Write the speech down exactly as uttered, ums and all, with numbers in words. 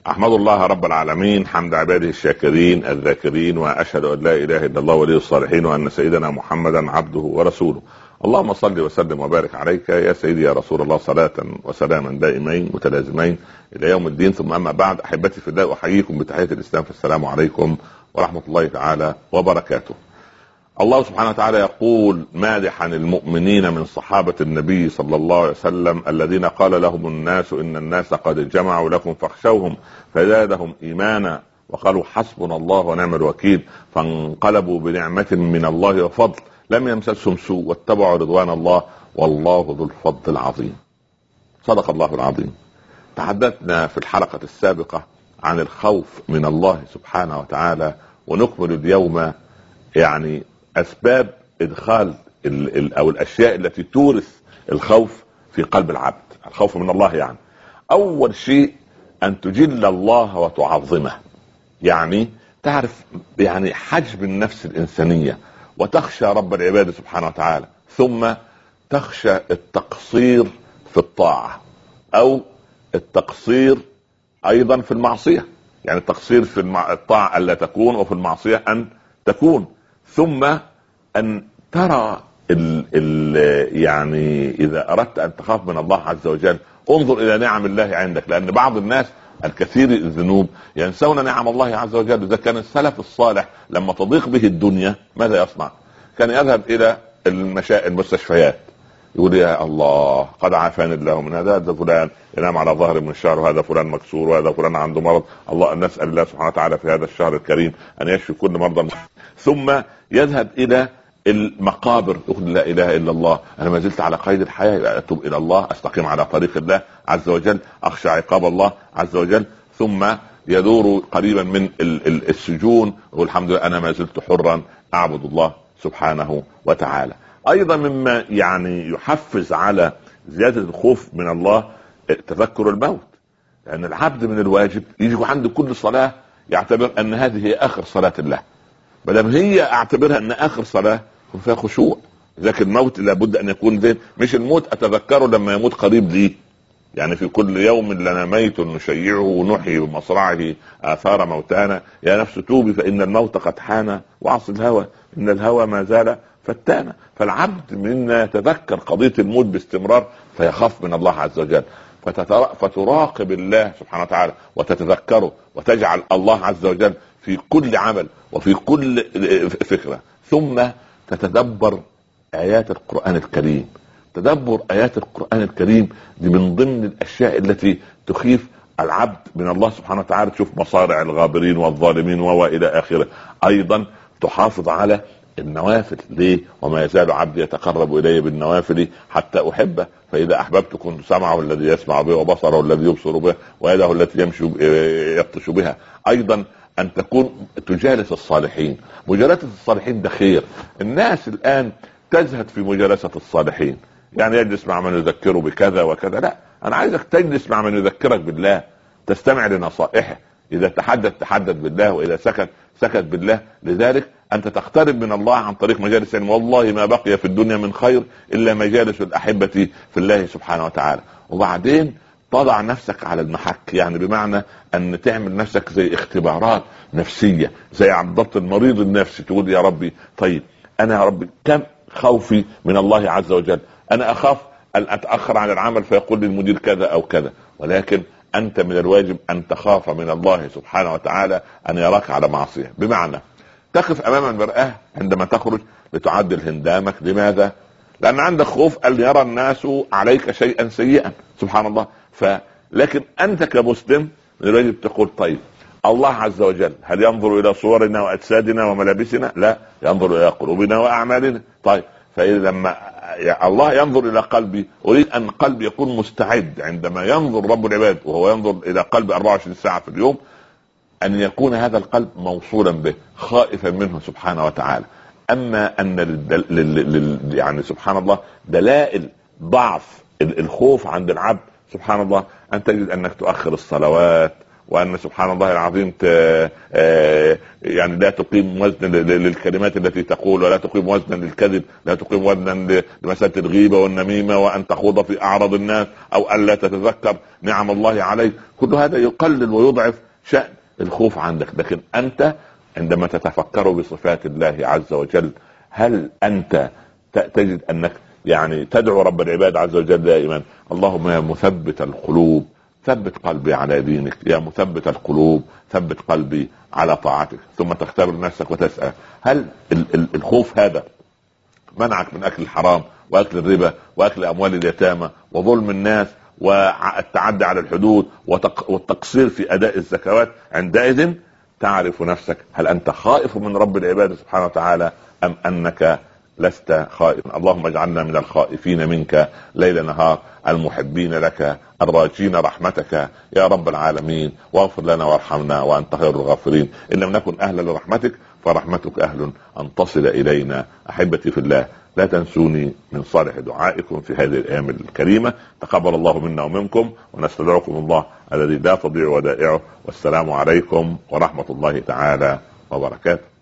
أحمد الله رب العالمين حمد عباده الشاكرين الذاكرين، وأشهد أن لا إله إلا الله ولي الصالحين، وأن سيدنا محمدا عبده ورسوله. اللهم صل وسلم وبارك عليك يا سيدي يا رسول الله، صلاة وسلاما دائمين متلازمين إلى يوم الدين. ثم أما بعد، أحبتي في الله، أحييكم بتحية الإسلام، فالسلام عليكم ورحمة الله تعالى وبركاته. الله سبحانه وتعالى يقول مادحا المؤمنين من صحابة النبي صلى الله عليه وسلم الذين قال لهم الناس إن الناس قد جمعوا لكم فاخشوهم فزادهم إيمانا وقالوا حسبنا الله ونعم الوكيل فانقلبوا بنعمة من الله وفضل لم يمسسهم سوء واتبعوا رضوان الله والله ذو الفضل العظيم. صدق الله العظيم. تحدثنا في الحلقة السابقة عن الخوف من الله سبحانه وتعالى، ونكمل اليوم يعني أسباب إدخال ال ال أو الأشياء التي تورث الخوف في قلب العبد. الخوف من الله يعني أول شيء أن تجل الله وتعظمه، يعني تعرف يعني حجم النفس الإنسانية وتخشى رب العباد سبحانه وتعالى، ثم تخشى التقصير في الطاعة أو التقصير أيضا في المعصية، يعني التقصير في الطاعة ألا تكون وفي المعصية أن تكون، ثم أن ترى ال ال يعني إذا أردت أن تخاف من الله عز وجل انظر إلى نعم الله عندك، لأن بعض الناس الكثير الذنوب ينسون نعم الله عز وجل. إذا كان السلف الصالح لما تضيق به الدنيا ماذا يصنع؟ كان يذهب إلى المشا... المستشفيات، يقول يا الله قد عافاني الله من هذا، هذا فلان ينام على ظهر من الشهر، وهذا فلان مكسور، وهذا فلان عنده مرض، الله نسأل الله سبحانه وتعالى في هذا الشهر الكريم أن يشفي كل مرضى. ثم يذهب إلى المقابر يقول لا إله إلا الله، أنا ما زلت على قيد الحياة، أتوب إلى الله، أستقيم على طريق الله عز وجل، أخشى عقاب الله عز وجل. ثم يدور قريبا من السجون والحمد لله أنا ما زلت حرا أعبد الله سبحانه وتعالى. أيضا مما يعني يحفز على زيادة الخوف من الله تذكر الموت، لأن يعني العبد من الواجب يجي عند كل صلاة يعتبر أن هذه هي آخر صلاة الله، بدل هي أعتبرها أن آخر صلاة فيها خشوع. لكن الموت لابد أن يكون ذين، مش الموت أتذكره لما يموت قريب لي، يعني في كل يوم لنا ميت نشيعه ونحيي بمصرعه آثار موتانا، يا نفس توبي فإن الموت قد حان وعص الهوى إن الهوى ما زال فتانا. فالعبد منا يتذكر قضية الموت باستمرار فيخاف من الله عز وجل، فتراقب الله سبحانه وتعالى وتتذكره وتجعل الله عز وجل في كل عمل وفي كل فكرة. ثم تتدبر آيات القرآن الكريم. تدبر آيات القرآن الكريم دي من ضمن الأشياء التي تخيف العبد من الله سبحانه وتعالى. تشوف مصارع الغابرين والظالمين وإلى آخره. أيضا تحافظ على النوافل. ليه؟ وما يزال عبدي يتقرب إلي بالنوافل حتى أحبه، فإذا أحببت كنت سمعه الذي يسمع به وبصره الذي يبصر به ويده التي يمشي يبطش بها. أيضا أن تكون تجالس الصالحين. مجالسة الصالحين ده خير. الناس الآن تزهد في مجالسة الصالحين، يعني يجلس مع من يذكره بكذا وكذا. لا، أنا عايزك تجلس مع من يذكرك بالله، تستمع لنصائحه، إذا تحدث تحدث بالله، وإذا سكت سكت بالله. لذلك أنت تقترب من الله عن طريق مجالس العلم. والله ما بقي في الدنيا من خير إلا مجالس الأحبة في الله سبحانه وتعالى. وبعدين تضع نفسك على المحك، يعني بمعنى أن تعمل نفسك زي اختبارات نفسية، زي عبد المريض النفسي، تقول يا ربي طيب أنا يا ربي كم خوفي من الله عز وجل، أنا أخاف أن أتأخر عن العمل فيقول لي المدير كذا أو كذا، ولكن أنت من الواجب أن تخاف من الله سبحانه وتعالى أن يراك على معصية. بمعنى تقف أمام المرآة عندما تخرج لتعدل هندامك. لماذا؟ لأن عندك خوف أن يرى الناس عليك شيئا سيئا. سبحان الله. ف لكن أنت كمسلم من الواجب تقول طيب الله عز وجل هل ينظر إلى صورنا وأجسادنا وملابسنا؟ لا، ينظر إلى قلوبنا وأعمالنا. طيب فإذا لما الله ينظر إلى قلبي، أريد أن قلبي يكون مستعد عندما ينظر رب العباد وهو ينظر إلى قلب أربعة وعشرين ساعة في اليوم، أن يكون هذا القلب موصولا به خائفا منه سبحانه وتعالى. أما أن لل... لل... يعني سبحان الله دلائل ضعف الخوف عند العبد سبحان الله أن تجد أنك تؤخر الصلوات وان سبحان الله العظيم يعني لا تقيم وزنا للكلمات التي تقول، ولا تقيم وزنا للكذب، لا تقيم وزنا لمسألة الغيبة والنميمة، وان تخوض في اعراض الناس، او ان لا تتذكر نعم الله عليك. كل هذا يقلل ويضعف شأن الخوف عندك. لكن انت عندما تتفكر بصفات الله عز وجل، هل انت تجد انك يعني تدعو رب العباد عز وجل دائما اللهم يا مثبت القلوب ثبت قلبي على دينك، يا مثبت القلوب ثبت قلبي على طاعتك. ثم تختبر نفسك وتسأل هل الخوف هذا منعك من اكل الحرام واكل الربا واكل اموال اليتامى وظلم الناس والتعدي على الحدود والتقصير في اداء الزكوات؟ عندئذ تعرف نفسك هل انت خائف من رب العباد سبحانه وتعالى ام انك لست خائفا. اللهم اجعلنا من الخائفين منك ليل نهار، المحبين لك الراجين رحمتك يا رب العالمين، واغفر لنا وارحمنا وانت خير الغافرين. ان لم نكن اهلا لرحمتك فرحمتك اهل ان تصل الينا. احبتي في الله، لا تنسوني من صالح دعائكم في هذه الايام الكريمه. تقبل الله منا ومنكم، ونستودعكم الله الذي لا تضيع ودائعه. والسلام عليكم ورحمه الله تعالى وبركاته.